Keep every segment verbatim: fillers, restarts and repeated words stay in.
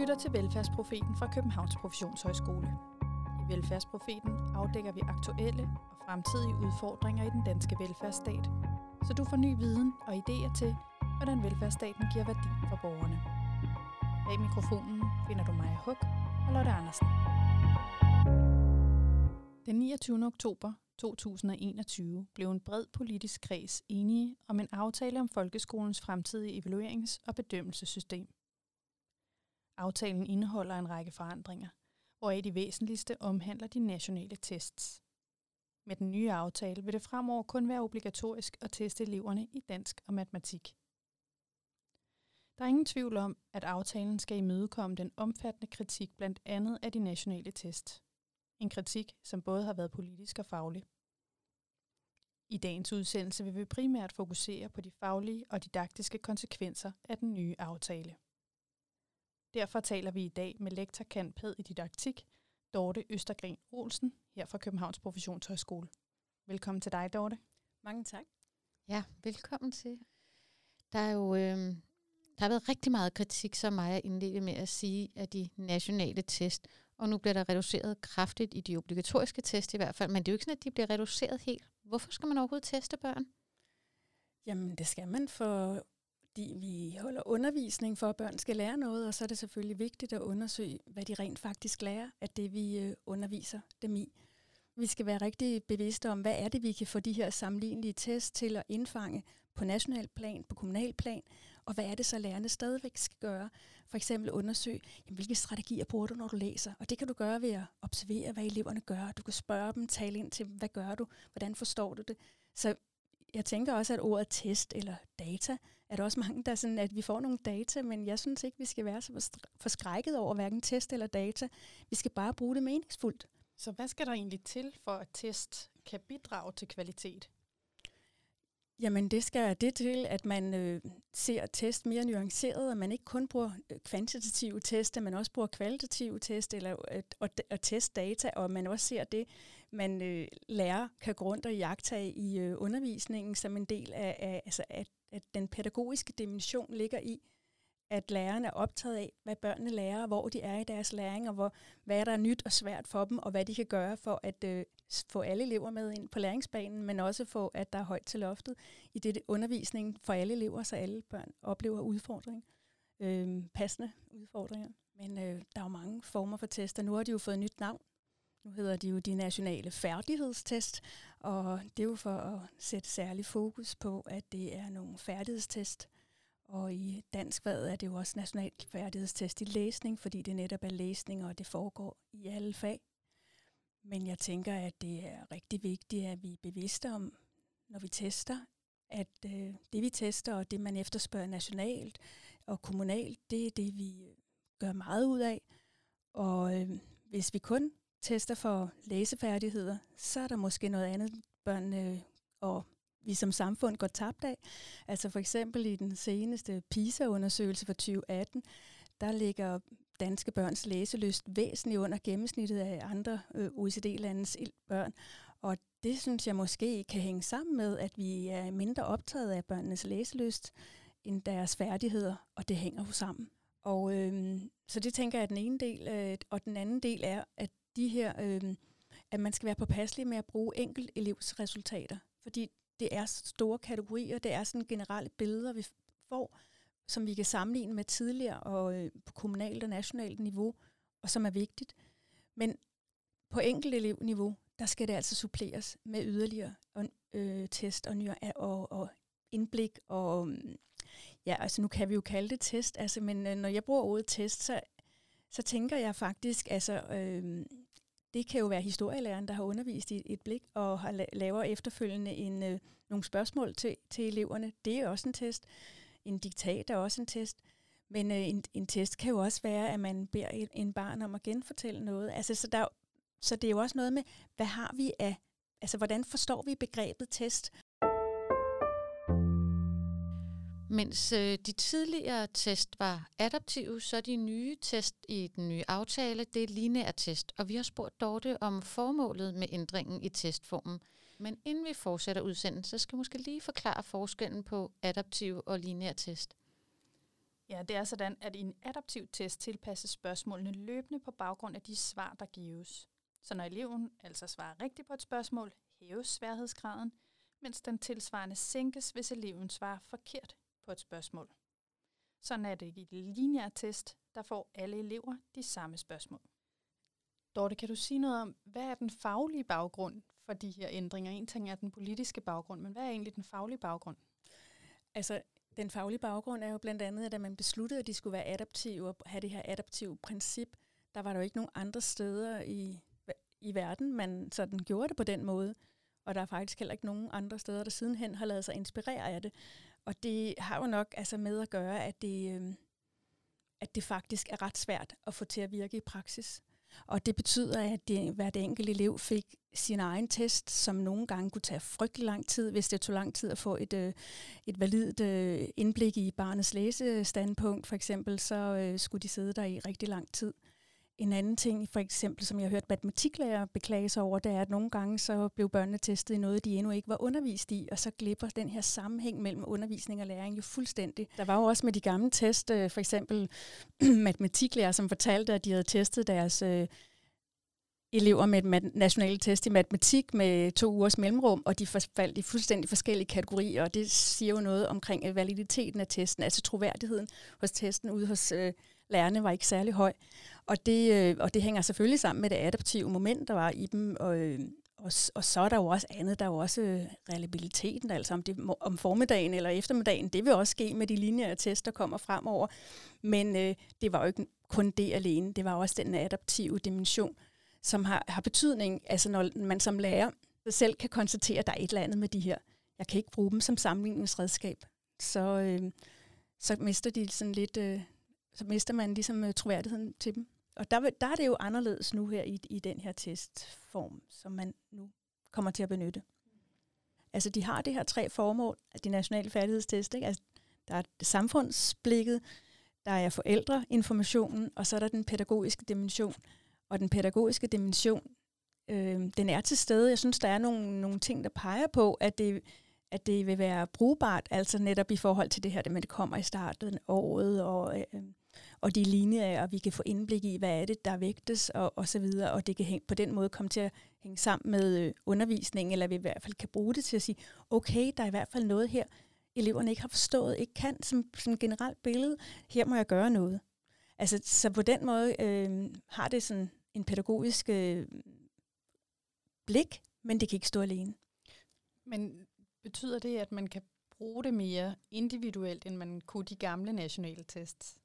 lytter til Velfærdsprofeten fra Københavns Professionshøjskole. I Velfærdsprofeten afdækker vi aktuelle og fremtidige udfordringer i den danske velfærdsstat, så du får ny viden og idéer til, hvordan velfærdsstaten giver værdi for borgerne. Bag mikrofonen finder du Maja Huk og Lotte Andersen. Den niogtyvende oktober to tusind og enogtyve blev en bred politisk kreds enige om en aftale om folkeskolens fremtidige evaluerings- og bedømmelsessystem. Aftalen indeholder en række forandringer, hvoraf de væsentligste omhandler de nationale tests. Med den nye aftale vil det fremover kun være obligatorisk at teste eleverne i dansk og matematik. Der er ingen tvivl om, at aftalen skal imødekomme den omfattende kritik blandt andet af de nationale test. En kritik, som både har været politisk og faglig. I dagens udsendelse vil vi primært fokusere på de faglige og didaktiske konsekvenser af den nye aftale. Derfor taler vi i dag med lektor cand.pæd. i didaktik, Dorte Østergren Olsen, her fra Københavns Professionshøjskole. Velkommen til dig, Dorte. Mange tak. Ja, velkommen til. Der er jo øh, der har været rigtig meget kritik, som Maja indledte med at sige, af de nationale test. Og nu bliver der reduceret kraftigt i de obligatoriske test i hvert fald. Men det er jo ikke sådan, at de bliver reduceret helt. Hvorfor skal man overhovedet teste børn? Jamen, det skal man, fordi vi holder undervisning for, at børn skal lære noget. Og så er det selvfølgelig vigtigt at undersøge, hvad de rent faktisk lærer af det, vi øh, underviser dem i. Vi skal være rigtig bevidste om, hvad er det, vi kan få de her sammenlignelige test til at indfange på national plan, på kommunal plan, og hvad er det så, lærerne stadigvæk skal gøre? For eksempel undersøge, jamen, hvilke strategier bruger du, når du læser? Og det kan du gøre ved at observere, hvad eleverne gør. Du kan spørge dem, tale ind til, hvad gør du? Hvordan forstår du det? Så jeg tænker også, at ordet test eller data, er der også mange, der er sådan, at vi får nogle data, men jeg synes ikke, vi skal være så forskrækket over hverken test eller data. Vi skal bare bruge det meningsfuldt. Så hvad skal der egentlig til, for at test kan bidrage til kvalitet? Jamen det skal det til, at man øh, ser test mere nuanceret, og man ikke kun bruger kvantitative test, men også bruger kvalitative test eller, at, og, og testdata, og man også ser det, man øh, lærer kan gå rundt og iagttage i øh, undervisningen som en del af, af altså at, at den pædagogiske dimension ligger i, at lærerne er optaget af, hvad børnene lærer, hvor de er i deres læring, og hvor, hvad der er nyt og svært for dem, og hvad de kan gøre for at øh, få alle elever med ind på læringsbanen, men også få, at der er højt til loftet i det undervisning for alle elever, så alle børn oplever udfordringer, øh, passende udfordringer. Men øh, der er jo mange former for tester. Nu har de jo fået et nyt navn. Nu hedder de jo de nationale færdighedstest, og det er jo for at sætte særlig fokus på, at det er nogle færdighedstest. Og i danskfaget er det jo også nationalt færdighedstest i læsning, fordi det netop er læsning, og det foregår i alle fag. Men jeg tænker, at det er rigtig vigtigt, at vi er bevidste om, når vi tester, at øh, det vi tester, og det man efterspørger nationalt og kommunalt, det er det, vi gør meget ud af. Og øh, hvis vi kun tester for læsefærdigheder, så er der måske noget andet, børnene og vi som samfund går tabt af. Altså for eksempel i den seneste PISA-undersøgelse for tyve atten, der ligger danske børns læselyst væsentligt under gennemsnittet af andre øh, O E C D-landes børn. Og det synes jeg måske kan hænge sammen med, at vi er mindre optaget af børnenes læselyst end deres færdigheder, og det hænger jo sammen. Og øh, så det tænker jeg er den ene del, øh, og den anden del er, at de her, øh, at man skal være påpasselig med at bruge enkelt elevs resultater, fordi det er store kategorier, det er sådan generelle billeder, vi får, som vi kan sammenligne med tidligere og øh, på kommunalt og nationalt niveau, og som er vigtigt. Men på enkelt elevniveau, der skal det altså suppleres med yderligere øh, test og, og, og indblik. Og, ja, altså nu kan vi jo kalde det test, altså, men øh, når jeg bruger ordet test, så, så tænker jeg faktisk, altså øh, det kan jo være historielæreren, der har undervist i et blik og har la- laver efterfølgende en, øh, nogle spørgsmål til, til eleverne. Det er også en test. En diktat er også en test. Men øh, en, en test kan jo også være, at man beder en, en barn om at genfortælle noget. Altså, så, der, så det er jo også noget med, hvad har vi af, altså hvordan forstår vi begrebet test? Mens øh, de tidligere test var adaptive, så de nye test i den nye aftale, det er lineær test. Og vi har spurgt Dorte om formålet med ændringen i testformen. Men inden vi fortsætter udsendelsen, så skal jeg måske lige forklare forskellen på adaptive og lineær test. Ja, det er sådan, at i en adaptiv test tilpasses spørgsmålene løbende på baggrund af de svar, der gives. Så når eleven altså svarer rigtigt på et spørgsmål, hæves sværhedsgraden, mens den tilsvarende sænkes, hvis eleven svarer forkert på et spørgsmål. Sådan er det i et lineær test, der får alle elever de samme spørgsmål. Dorte, kan du sige noget om, hvad er den faglige baggrund for de her ændringer? En ting er den politiske baggrund, men hvad er egentlig den faglige baggrund? Altså, den faglige baggrund er jo blandt andet, at da man besluttede, at de skulle være adaptive og have det her adaptive princip, der var der jo ikke nogen andre steder i, i verden, man sådan gjorde det på den måde. Og der er faktisk heller ikke nogen andre steder, der sidenhen har lavet sig inspirere af det. Og det har jo nok altså med at gøre, at det, øh, at det faktisk er ret svært at få til at virke i praksis. Og det betyder, at det, hvert enkelt elev fik sin egen test, som nogle gange kunne tage frygtelig lang tid, hvis det tog lang tid at få et, øh, et validt øh, indblik i barnets læsestandpunkt. For eksempel, så øh, skulle de sidde der i rigtig lang tid. En anden ting, for eksempel, som jeg har hørt matematiklærer beklage sig over, det er, at nogle gange så blev børnene testet i noget, de endnu ikke var undervist i, og så glipper den her sammenhæng mellem undervisning og læring jo fuldstændig. Der var jo også med de gamle test, for eksempel matematiklærer, som fortalte, at de havde testet deres øh, elever med et nationale test i matematik med to ugers mellemrum, og de faldt i fuldstændig forskellige kategorier, og det siger jo noget omkring validiteten af testen, altså troværdigheden hos testen ude hos øh, lærerne var ikke særlig høj. Og det, øh, og det hænger selvfølgelig sammen med det adaptive moment, der var i dem, og, øh, og, og så er der jo også andet, der er jo også øh, reliabiliteten, altså om, det, om formiddagen eller eftermiddagen, det vil også ske med de lineære tests, der kommer fremover. Men øh, det var jo ikke kun det alene, det var også den adaptive dimension, som har, har betydning, altså når man som lærer selv kan konstatere, at der er et eller andet med de her. Jeg kan ikke bruge dem som sammenligningsredskab. Så, øh, så mister de sådan lidt, øh, så mister man ligesom øh, troværdigheden til dem. Og der, der er det jo anderledes nu her i, i den her testform, som man nu kommer til at benytte. Altså de har det her tre formål, de nationale færdighedstest, ikke? Altså, der er samfundsblikket, der er forældreinformationen, og så er der den pædagogiske dimension. Og den pædagogiske dimension, øh, den er til stede. Jeg synes, der er nogle, nogle ting, der peger på, at det, at det vil være brugbart, altså netop i forhold til det her, det, det kommer i starten af året, og, øh, og de linjer, og vi kan få indblik i, hvad er det, der vægtes, og, og så videre, og det kan hænge, på den måde komme til at hænge sammen med øh, undervisningen, eller vi i hvert fald kan bruge det til at sige, okay, der er i hvert fald noget her, eleverne ikke har forstået, ikke kan, som, som generelt billede, her må jeg gøre noget. Altså, så på den måde øh, har det sådan en pædagogisk øh, blik, men det kan ikke stå alene. Men betyder det, at man kan bruge det mere individuelt, end man kunne de gamle nationale tests?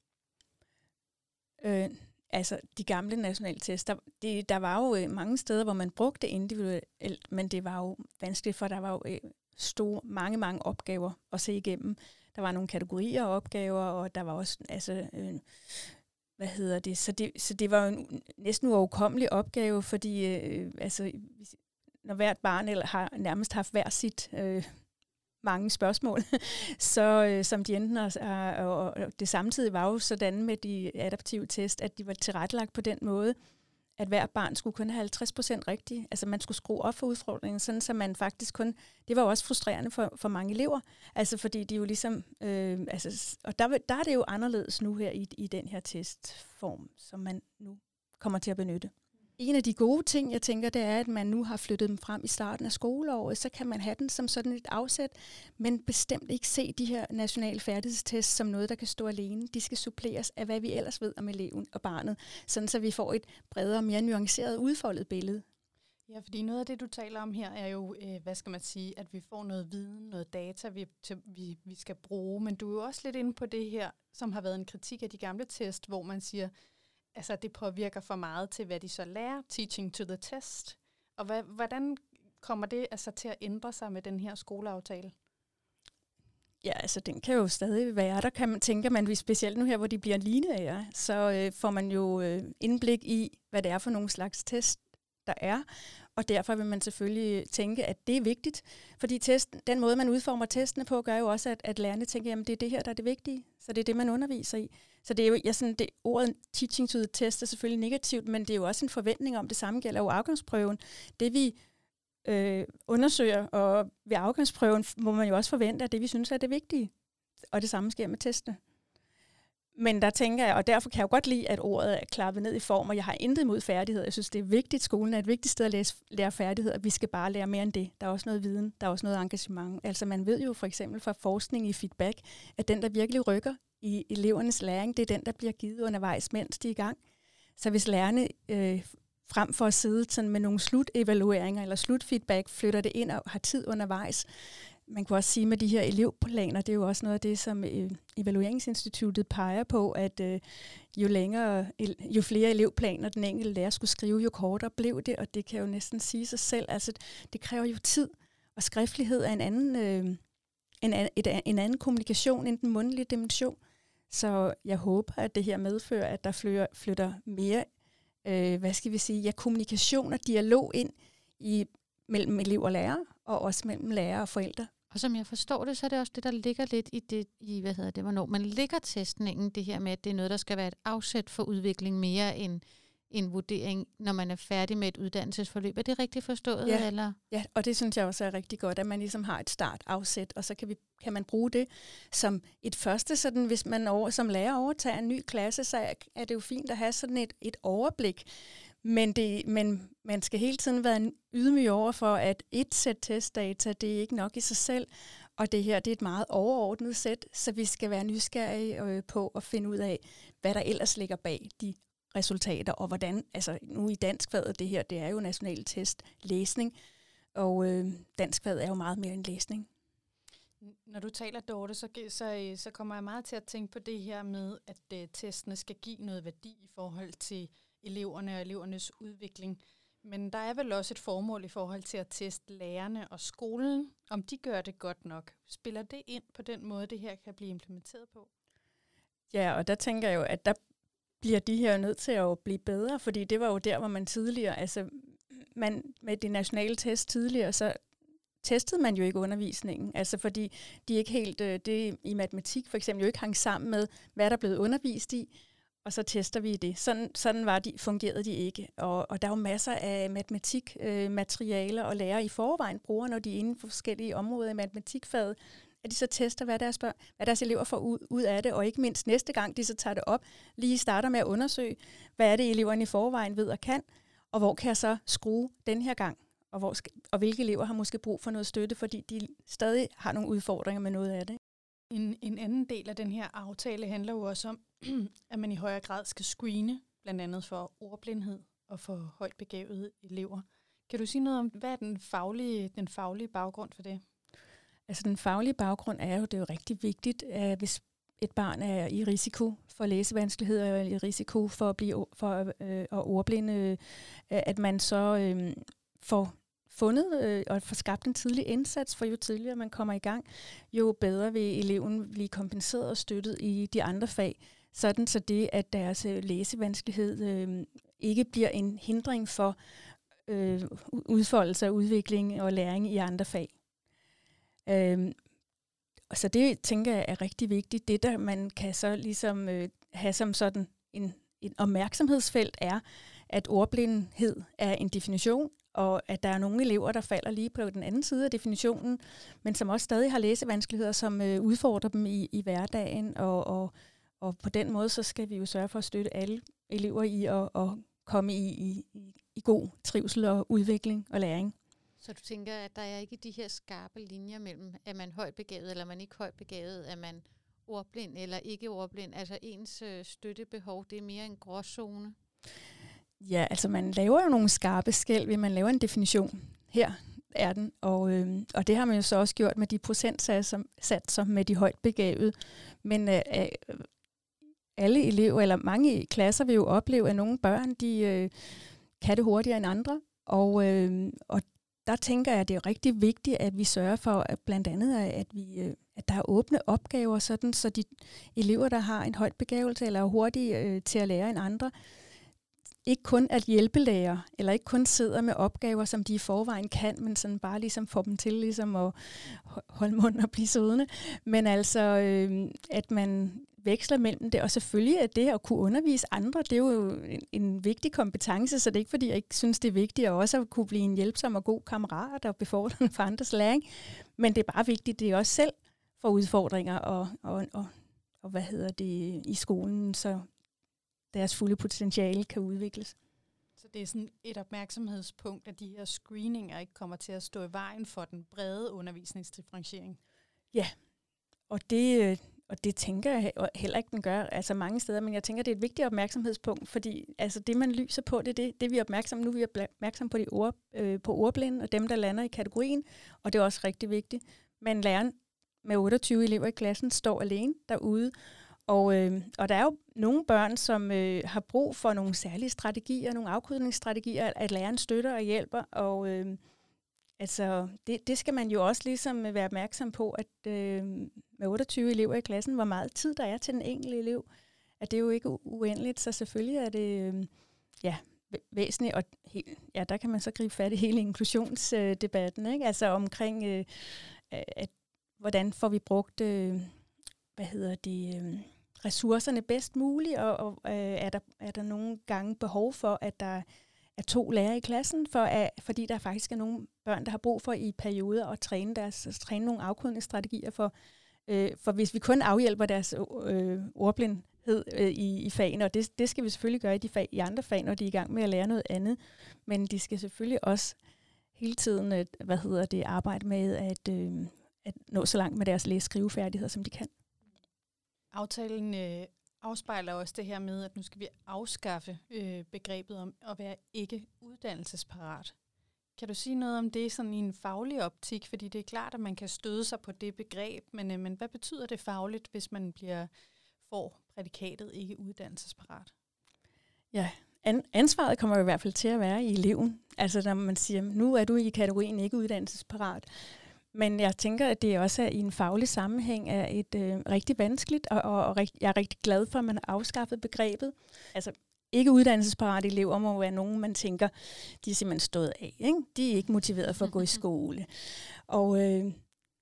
Øh, altså, de gamle nationale tests, der, det, der var jo øh, mange steder, hvor man brugte det individuelt, men det var jo vanskeligt, for der var jo øh, store, mange, mange opgaver at se igennem. Der var nogle kategorier af opgaver, og der var også, altså... Øh, Hvad hedder det? Så det, så det var jo en næsten uoverkommelig opgave, fordi øh, altså, når hvert barn eller har nærmest haft hver sit øh, mange spørgsmål, så øh, som de enten har, og, og det samtidig var jo sådan med de adaptive test, at de var tilrettelagt på den måde, at hver barn skulle kun have halvtreds procent rigtigt. Altså man skulle skrue op for udfordringen, sådan så man faktisk kun... Det var jo også frustrerende for, for mange elever, altså fordi de jo ligesom... Øh, altså, og der, der er det jo anderledes nu her i, i den her testform, som man nu kommer til at benytte. En af de gode ting, jeg tænker, det er, at man nu har flyttet dem frem i starten af skoleåret, så kan man have den som sådan et afsæt, men bestemt ikke se de her nationale færdighedstests som noget, der kan stå alene. De skal suppleres af, hvad vi ellers ved om eleven og barnet, sådan så vi får et bredere, mere nuanceret, udfoldet billede. Ja, fordi noget af det, du taler om her, er jo, øh, hvad skal man sige, at vi får noget viden, noget data, vi, til, vi, vi skal bruge, men du er jo også lidt inde på det her, som har været en kritik af de gamle test, hvor man siger, altså det påvirker for meget til, hvad de så lærer, teaching to the test. Og hvad, hvordan kommer det altså til at ændre sig med den her skoleaftale? Ja, altså den kan jo stadig være. Der kan man, tænker man, specielt nu her, hvor de bliver lineære, så øh, får man jo øh, indblik i, hvad det er for nogle slags test, der er. Og derfor vil man selvfølgelig tænke, at det er vigtigt. Fordi testen, den måde, man udformer testene på, gør jo også, at, at lærerne tænker, at det er det her, der er det vigtige. Så det er det, man underviser i. Så det er jo, ja, sådan, det, ordet teaching to the test er selvfølgelig negativt, men det er jo også en forventning om, det samme gælder jo afgangsprøven. Det vi øh, undersøger, og ved afgangsprøven må man jo også forvente, at det vi synes er det vigtige. Og det samme sker med testene. Men der tænker jeg, og derfor kan jeg jo godt lide, at ordet er klappet ned i form, og jeg har intet imod færdigheder. Jeg synes, det er vigtigt. Skolen er et vigtigt sted at læse, lære færdigheder. Vi skal bare lære mere end det. Der er også noget viden, der er også noget engagement. Altså man ved jo for eksempel fra forskning i feedback, at den, der virkelig rykker i elevernes læring, det er den, der bliver givet undervejs, mens de er i gang. Så hvis lærerne øh, frem for at sidde sådan med nogle slutevalueringer eller slutfeedback, flytter det ind og har tid undervejs. Man kan også sige med de her elevplaner, det er jo også noget af det, som øh, Evalueringsinstituttet peger på, at øh, jo længere, jo flere elevplaner den enkelte lærer skulle skrive, jo kortere blev det, og det kan jo næsten sige sig selv. Altså, det kræver jo tid, og skriftlighed er en anden, øh, en, an, et, en anden kommunikation end den mundtlige dimension. Så jeg håber, at det her medfører, at der flytter, flytter mere, øh, hvad skal vi sige, ja, kommunikation og dialog ind i mellem elever og lærere, og også mellem lærere og forældre. Og som jeg forstår det, så er det også det, der ligger lidt i det, i, hvad hedder det, hvornår man lægger testningen, det her med, at det er noget, der skal være et afsæt for udvikling mere end en vurdering, når man er færdig med et uddannelsesforløb. Er det rigtigt forstået? Ja, eller? Ja, og det synes jeg også er rigtig godt, at man ligesom har et startafsæt, og så kan, vi, kan man bruge det som et første, sådan hvis man over, som lærer overtager en ny klasse, så er, er det jo fint at have sådan et, et overblik. Men, det, men man skal hele tiden være ydmyg over for, at et sæt testdata, det er ikke nok i sig selv, og det her det er et meget overordnet sæt, så vi skal være nysgerrige øh, på at finde ud af, hvad der ellers ligger bag de resultater, og hvordan, altså nu i danskfaget, det her, det er jo national test, læsning, og øh, danskfaget er jo meget mere end læsning. Når du taler, Dorte, så, så, så kommer jeg meget til at tænke på det her med, at uh, testene skal give noget værdi i forhold til eleverne og elevernes udvikling. Men der er vel også et formål i forhold til at teste lærerne og skolen, om de gør det godt nok. Spiller det ind på den måde, det her kan blive implementeret på? Ja, og der tænker jeg jo, at der bliver de her nødt til at blive bedre, fordi det var jo der, hvor man tidligere, altså man med de nationale test tidligere, så testede man jo ikke undervisningen, altså fordi de ikke helt, det i matematik for eksempel jo ikke hang sammen med, hvad der er blevet undervist i, og så tester vi det. Sådan, sådan var de, fungerede de ikke. Og, og der er jo masser af matematikmaterialer, øh, og lærere i forvejen bruger, når de er inden for forskellige områder i matematikfaget, at de så tester, hvad deres, børn, hvad deres elever får ud, ud af det, og ikke mindst næste gang, de så tager det op, lige starter med at undersøge, hvad er det, eleverne i forvejen ved og kan, og hvor kan jeg så skrue den her gang, og, hvor skal, og hvilke elever har måske brug for noget støtte, fordi de stadig har nogle udfordringer med noget af det. En, en anden del af den her aftale handler jo også om, at man i højere grad skal screene, blandt andet for ordblindhed og for højt begavede elever. Kan du sige noget om, hvad er den faglige, den faglige baggrund for det? Altså den faglige baggrund er jo, det er jo rigtig vigtigt, at hvis et barn er i risiko for læsevanskeligheder, eller i risiko for at blive for, øh, at ordblinde, øh, at man så øh, får fundet øh, og får skabt en tidlig indsats, for jo tidligere man kommer i gang, jo bedre vil eleven blive kompenseret og støttet i de andre fag, sådan så det, at deres øh, læsevanskelighed øh, ikke bliver en hindring for øh, udfoldelse af udvikling og læring i andre fag. Øh, så det, tænker jeg, er rigtig vigtigt. Det, der man kan så ligesom øh, have som sådan en, en opmærksomhedsfelt, er, at ordblindhed er en definition, og at der er nogle elever, der falder lige på den anden side af definitionen, men som også stadig har læsevanskeligheder, som øh, udfordrer dem i, i hverdagen, og, og, og på den måde, så skal vi jo sørge for at støtte alle elever i at, at komme i, i, i god trivsel og udvikling og læring. Så du tænker, at der er ikke de her skarpe linjer mellem, er man højt begavet, eller er man ikke højt begavet, er man ordblind eller ikke ordblind, altså ens øh, støttebehov, det er mere en gråzone? Ja, altså man laver jo nogle skarpe skel, ved man laver en definition. Her er den, og, øh, og det har man jo så også gjort med de procentsatser med de højt begavede. Men øh, alle elever, eller mange klasser vil jo opleve, at nogle børn, de øh, kan det hurtigere end andre, og, øh, og der tænker jeg, at det er rigtig vigtigt, at vi sørger for, at blandt andet, at, vi, at der er åbne opgaver, sådan, så de elever, der har en højt begavelse eller er hurtige øh, til at lære end andre, ikke kun at hjælpelærer, eller ikke kun sidder med opgaver, som de i forvejen kan, men sådan bare ligesom får dem til ligesom at holde munden og blive siddende. Men altså, øh, at man veksler mellem det, og selvfølgelig er det at kunne undervise andre, det er jo en, en vigtig kompetence, så det er ikke fordi, jeg ikke synes, det er vigtigt at også at kunne blive en hjælpsom og god kammerat og befordrende for andres læring, men det er bare vigtigt, det er også selv får udfordringer og, og, og, og hvad hedder det, i skolen, så deres fulde potentiale kan udvikles. Så det er sådan et opmærksomhedspunkt, at de her screeninger ikke kommer til at stå i vejen for den brede undervisningsdifferentiering? Ja, og det, og det tænker jeg heller ikke, den gør altså mange steder, men jeg tænker, det er et vigtigt opmærksomhedspunkt, fordi altså det, man lyser på, det er det, det vi er opmærksomme. Nu er vi opmærksomme på, de ord, øh, på ordblinde og dem, der lander i kategorien, og det er også rigtig vigtigt. Men læreren med otteogtyve elever i klassen står alene derude, og, øh, og der er jo nogle børn, som øh, har brug for nogle særlige strategier, nogle afkodningsstrategier, at læreren støtter og hjælper, og øh, altså, det, det skal man jo også ligesom være opmærksom på, at øh, med otteogtyve elever i klassen, hvor meget tid der er til den enkelte elev, at det er jo ikke uendeligt, så selvfølgelig er det øh, ja, væsentligt, og helt, ja, der kan man så gribe fat i hele inklusionsdebatten, ikke? Altså omkring, øh, at, hvordan får vi brugt, øh, hvad hedder det, øh, ressourcerne bedst muligt, og, og øh, er, der, er der nogle gange behov for, at der er to lærere i klassen, for at, fordi der faktisk er nogle børn, der har brug for i perioder at træne, deres, at træne nogle afkodningsstrategier for, øh, for hvis vi kun afhjælper deres øh, ordblindhed øh, i, i fagene, og det, det skal vi selvfølgelig gøre i de fag, i andre fag, når de er i gang med at lære noget andet, men de skal selvfølgelig også hele tiden øh, hvad hedder det, arbejde med at, øh, at nå så langt med deres læse-skrivefærdigheder, som de kan. Aftalen øh, afspejler også det her med, at nu skal vi afskaffe øh, begrebet om at være ikke uddannelsesparat. Kan du sige noget om det sådan i en faglig optik? Fordi det er klart, at man kan støde sig på det begreb, men, øh, men hvad betyder det fagligt, hvis man bliver får prædikatet ikke uddannelsesparat? Ja, an- ansvaret kommer jo i hvert fald til at være i eleven. Altså når man siger, nu er du i kategorien ikke uddannelsesparat. Men jeg tænker, at det også er i en faglig sammenhæng er et øh, rigtig vanskeligt, og, og, og rigt, jeg er rigtig glad for, at man har afskaffet begrebet. Altså ikke uddannelsesparate elever må være nogen, man tænker, de er simpelthen stået af. Ikke? De er ikke motiveret for at gå i skole. Og øh,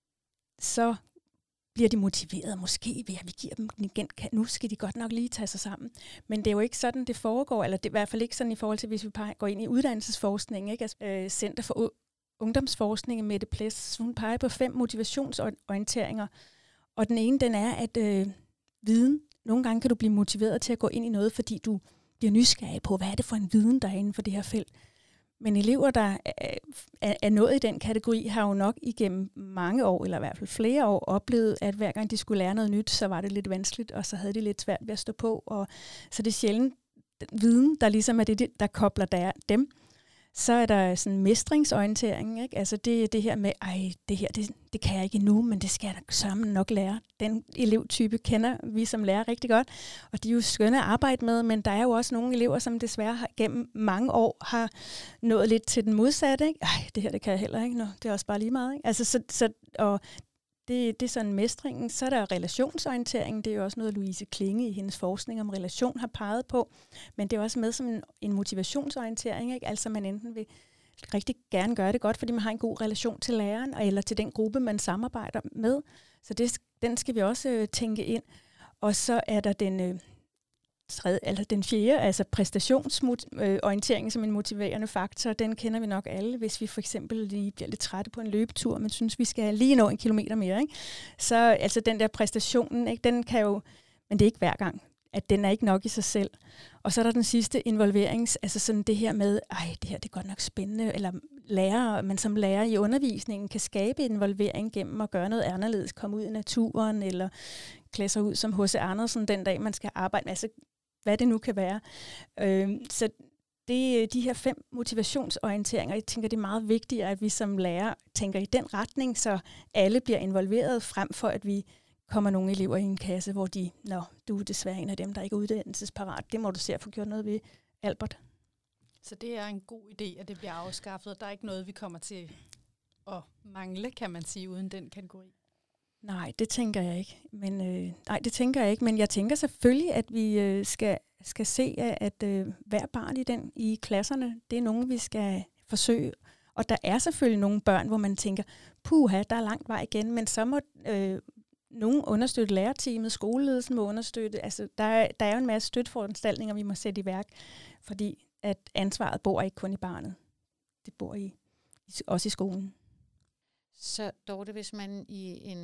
så bliver de motiveret måske ved, at vi giver dem igen. Nu skal de godt nok lige tage sig sammen. Men det er jo ikke sådan, det foregår, eller det er i hvert fald ikke sådan i forhold til, hvis vi går ind i uddannelsesforskning, ikke? Altså, øh, Center for Ungdomsforskning, Mette Pless, hun peger på fem motivationsorienteringer. Og den ene, den er, at øh, viden, nogle gange kan du blive motiveret til at gå ind i noget, fordi du bliver nysgerrig på, hvad er det for en viden, der er inden for det her felt. Men elever, der er, er nået i den kategori, har jo nok igennem mange år, eller i hvert fald flere år, oplevet, at hver gang de skulle lære noget nyt, så var det lidt vanskeligt, og så havde de lidt svært ved at stå på. Og så det er sjældent viden, der ligesom er det, der kobler der, dem. Så er der sådan mestringsorientering, ikke? Altså det det her med, ej, det her, det, det kan jeg ikke endnu, men det skal jeg da sammen nok lære. Den elevtype kender vi som lærer rigtig godt, og de er jo skønne at arbejde med, men der er jo også nogle elever, som desværre har, gennem mange år har nået lidt til den modsatte, ikke? Ej, det her, det kan jeg heller ikke, nå, det er også bare lige meget, ikke? Altså, så, så, og det, det er sådan mestringen. Så er der relationsorientering, det er jo også noget, Louise Klinge i hendes forskning om relation har peget på, men det er også med som en, en motivationsorientering, ikke? Altså man enten vil rigtig gerne gøre det godt, fordi man har en god relation til læreren, eller til den gruppe, man samarbejder med. Så det, den skal vi også øh, tænke ind. Og så er der den, øh, tredje, altså den fjerde, altså præstationsorientering som en motiverende faktor. Den kender vi nok alle, hvis vi for eksempel lige bliver lidt trætte på en løbetur, men synes, vi skal lige nå en kilometer mere. Ikke? Så altså den der præstationen, ikke, den kan jo, men det er ikke hver gang, at den er ikke nok i sig selv. Og så er der den sidste involverings, altså sådan det her med, ej, det her det er godt nok spændende, eller lærer, man som lærer i undervisningen kan skabe involvering gennem at gøre noget anderledes, komme ud i naturen, eller klæde sig ud som H C Andersen den dag, man skal arbejde, altså hvad det nu kan være. Øh, så det er de her fem motivationsorienteringer. Jeg tænker, det er meget vigtigt, at vi som lærer tænker i den retning, så alle bliver involveret, frem for at vi kommer nogle elever i en kasse, hvor de, nå, du er desværre en af dem, der ikke er uddannelsesparat. Det må du se at få gjort noget ved, Albert. Så det er en god idé, at det bliver afskaffet. Der er ikke noget, vi kommer til at mangle, kan man sige, uden den kategori. Nej, det tænker jeg ikke. Men øh, nej, det tænker jeg ikke. Men jeg tænker selvfølgelig, at vi øh, skal skal se, at øh, hver barn i den i klasserne, det er nogen, vi skal forsøge. Og der er selvfølgelig nogle børn, hvor man tænker, puha, der er langt vej igen, men så må øh, nogen understøtte lærerteamet, skoleledelsen må understøtte. Altså, der, er, der er jo en masse støtteforanstaltninger, vi må sætte i værk, fordi at ansvaret bor ikke kun i barnet. Det bor i, også i skolen. Så Dorte, hvis man i en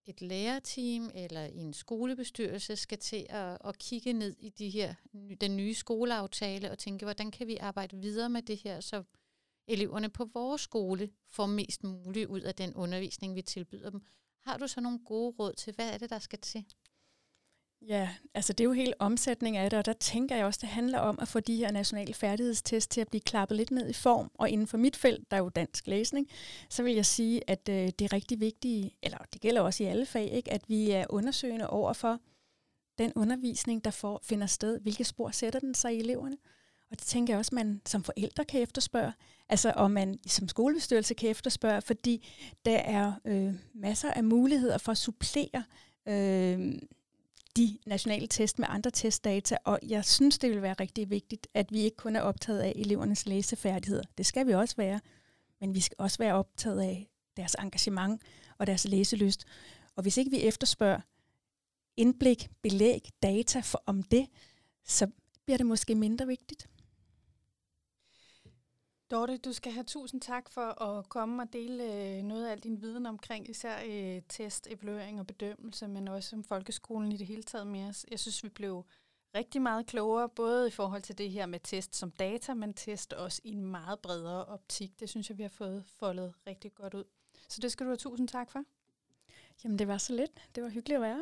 et lærerteam eller i en skolebestyrelse skal til at, at kigge ned i de her, den nye skoleaftale og tænke, hvordan kan vi arbejde videre med det her, så eleverne på vores skole får mest muligt ud af den undervisning, vi tilbyder dem. Har du så nogle gode råd til, hvad er det, der skal til? Ja, altså det er jo helt omsætning af det, og der tænker jeg også, det handler om at få de her nationale færdighedstest til at blive klappet lidt ned i form. Og inden for mit felt, der er jo dansk læsning, så vil jeg sige, at øh, det er rigtig vigtigt, eller det gælder også i alle fag, ikke, at vi er undersøgende over for den undervisning, der får, finder sted. Hvilke spor sætter den sig i eleverne? Og det tænker jeg også, man som forældre kan efterspørge. Altså, og man som skolebestyrelse kan efterspørge, fordi der er øh, masser af muligheder for at supplere øh, de nationale test med andre testdata, og jeg synes, det vil være rigtig vigtigt, at vi ikke kun er optaget af elevernes læsefærdigheder. Det skal vi også være, men vi skal også være optaget af deres engagement og deres læselyst. Og hvis ikke vi efterspørger indblik, belæg, data for om det, så bliver det måske mindre vigtigt. Dorte, du skal have tusind tak for at komme og dele noget af al din viden omkring især øh, test, evaluering og bedømmelse, men også om folkeskolen i det hele taget med os. Jeg synes, vi blev rigtig meget klogere, både i forhold til det her med test som data, men test også i en meget bredere optik. Det synes jeg, vi har fået foldet rigtig godt ud. Så det skal du have tusind tak for. Jamen, det var så lidt. Det var hyggeligt at være.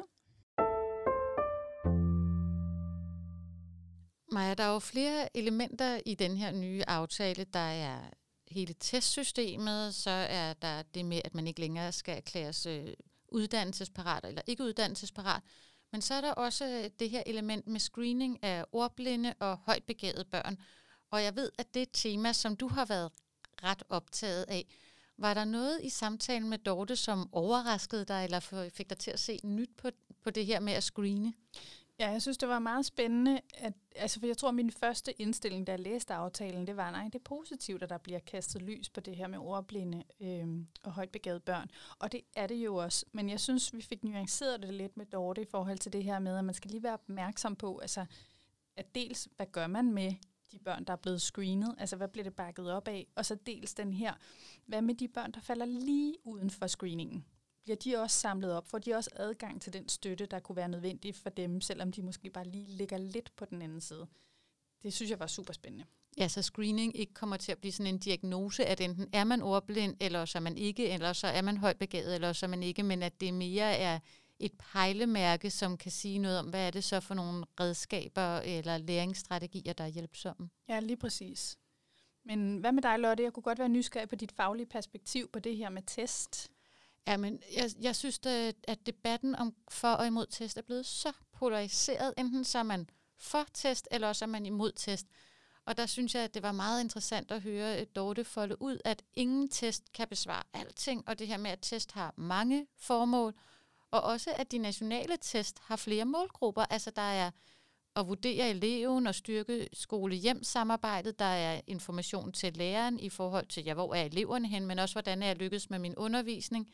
Maja, der er jo flere elementer i den her nye aftale. Der er hele testsystemet, så er der det med, at man ikke længere skal erklæres øh, uddannelsesparat eller ikke uddannelsesparat. Men så er der også det her element med screening af ordblinde og højt begavede børn. Og jeg ved, at det er et tema, som du har været ret optaget af. Var der noget i samtalen med Dorte, som overraskede dig, eller fik dig til at se nyt på, på det her med at screene? Ja, jeg synes, det var meget spændende, at, altså, for jeg tror, at min første indstilling, da jeg læste aftalen, det var, nej, det er positivt, at der bliver kastet lys på det her med ordblinde øh, og højt begavede børn. Og det er det jo også. Men jeg synes, vi fik nuanceret det lidt med Dorte i forhold til det her med, at man skal lige være opmærksom på, altså, at dels, hvad gør man med de børn, der er blevet screenet, altså hvad bliver det bakket op af, og så dels den her, hvad med de børn, der falder lige uden for screeningen? Bliver de også samlet op? Får de også adgang til den støtte, der kunne være nødvendig for dem, selvom de måske bare lige ligger lidt på den anden side? Det synes jeg var super spændende. Ja, så screening ikke kommer til at blive sådan en diagnose, at enten er man ordblind, eller så er man ikke, eller så er man højt begavet, eller så er man ikke, men at det mere er et pejlemærke, som kan sige noget om, hvad er det så for nogle redskaber eller læringsstrategier, der er hjælpsomme. Ja, lige præcis. Men hvad med dig, Lotte? Jeg kunne godt være nysgerrig på dit faglige perspektiv på det her med test. Ja, men jeg, jeg synes, at debatten om for og imod test er blevet så polariseret. Enten så er man for test, eller også er man imod test. Og der synes jeg, at det var meget interessant at høre Dorte folde ud, at ingen test kan besvare alting, og det her med, at test har mange formål, og også at de nationale test har flere målgrupper. Altså der er at vurdere eleven og styrke skole-hjem-samarbejdet. Der er information til læreren i forhold til, ja, hvor er eleverne hen, men også hvordan er jeg lykkes med min undervisning.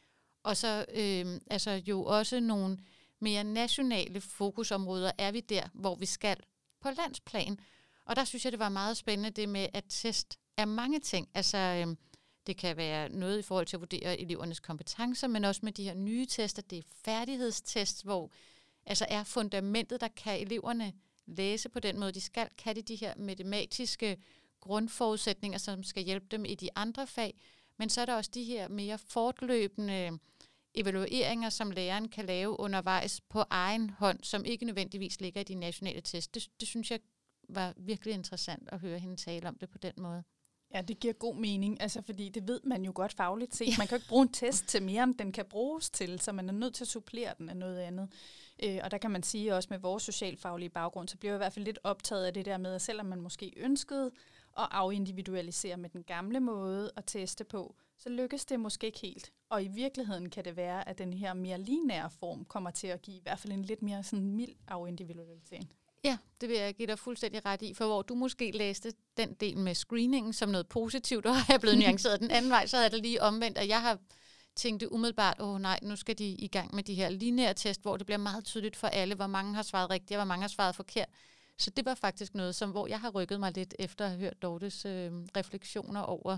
Og så øh, altså jo også nogle mere nationale fokusområder er vi der, hvor vi skal på landsplan. Og der synes jeg, det var meget spændende det med, at test er mange ting. Altså øh, det kan være noget i forhold til at vurdere elevernes kompetencer, men også med de her nye tester. Det er færdighedstest, hvor altså er fundamentet, der kan eleverne læse på den måde, de skal. Kan det de her matematiske grundforudsætninger, som skal hjælpe dem i de andre fag. Men så er der også de her mere fortløbende evalueringer, som læreren kan lave undervejs på egen hånd, som ikke nødvendigvis ligger i de nationale test. Det, det synes jeg var virkelig interessant at høre hende tale om det på den måde. Ja, det giver god mening, altså fordi det ved man jo godt fagligt set. Man kan jo ikke bruge en test til mere, end den kan bruges til, så man er nødt til at supplere den af noget andet. Øh, og der kan man sige også med vores socialfaglige baggrund, så bliver jeg i hvert fald lidt optaget af det der med, at selvom man måske ønskede at afindividualisere med den gamle måde at teste på, så lykkes det måske ikke helt. Og i virkeligheden kan det være, at den her mere lineære form kommer til at give i hvert fald en lidt mere sådan mild afindividualisering. Ja, det vil jeg give dig fuldstændig ret i, for hvor du måske læste den del med screeningen som noget positivt, og er blevet nuanceret den anden vej, så er det lige omvendt, og jeg har tænkt det umiddelbart, åh oh, nej, nu skal de i gang med de her lineære test, hvor det bliver meget tydeligt for alle, hvor mange har svaret rigtigt, og hvor mange har svaret forkert. Så det var faktisk noget, som, hvor jeg har rykket mig lidt efter at have hørt Dortes øh, refleksioner over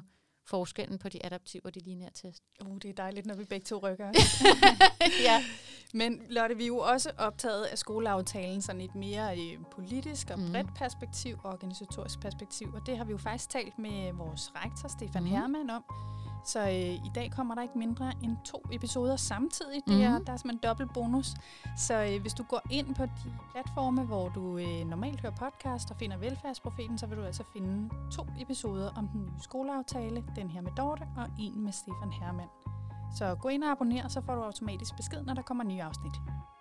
forskellen på de adaptive og de lineære test. Uh, det er dejligt, når vi begge to rykker. Ja. Men Lotte, vi er jo også optaget af skoleaftalen sådan et mere øh, politisk og bredt mm. perspektiv, organisatorisk perspektiv, og det har vi jo faktisk talt med vores rektor, Stefan mm. Hermann, om. Så øh, i dag kommer der ikke mindre end to episoder samtidig. Det er, mm. Der er som en dobbelt bonus. Så øh, hvis du går ind på de platforme, hvor du øh, normalt hører podcast og finder Velfærdsprofeten, så vil du altså finde to episoder om den nye skoleaftale. Den her med Dorte og en med Stefan Hermann. Så gå ind og abonner, så får du automatisk besked, når der kommer nye afsnit.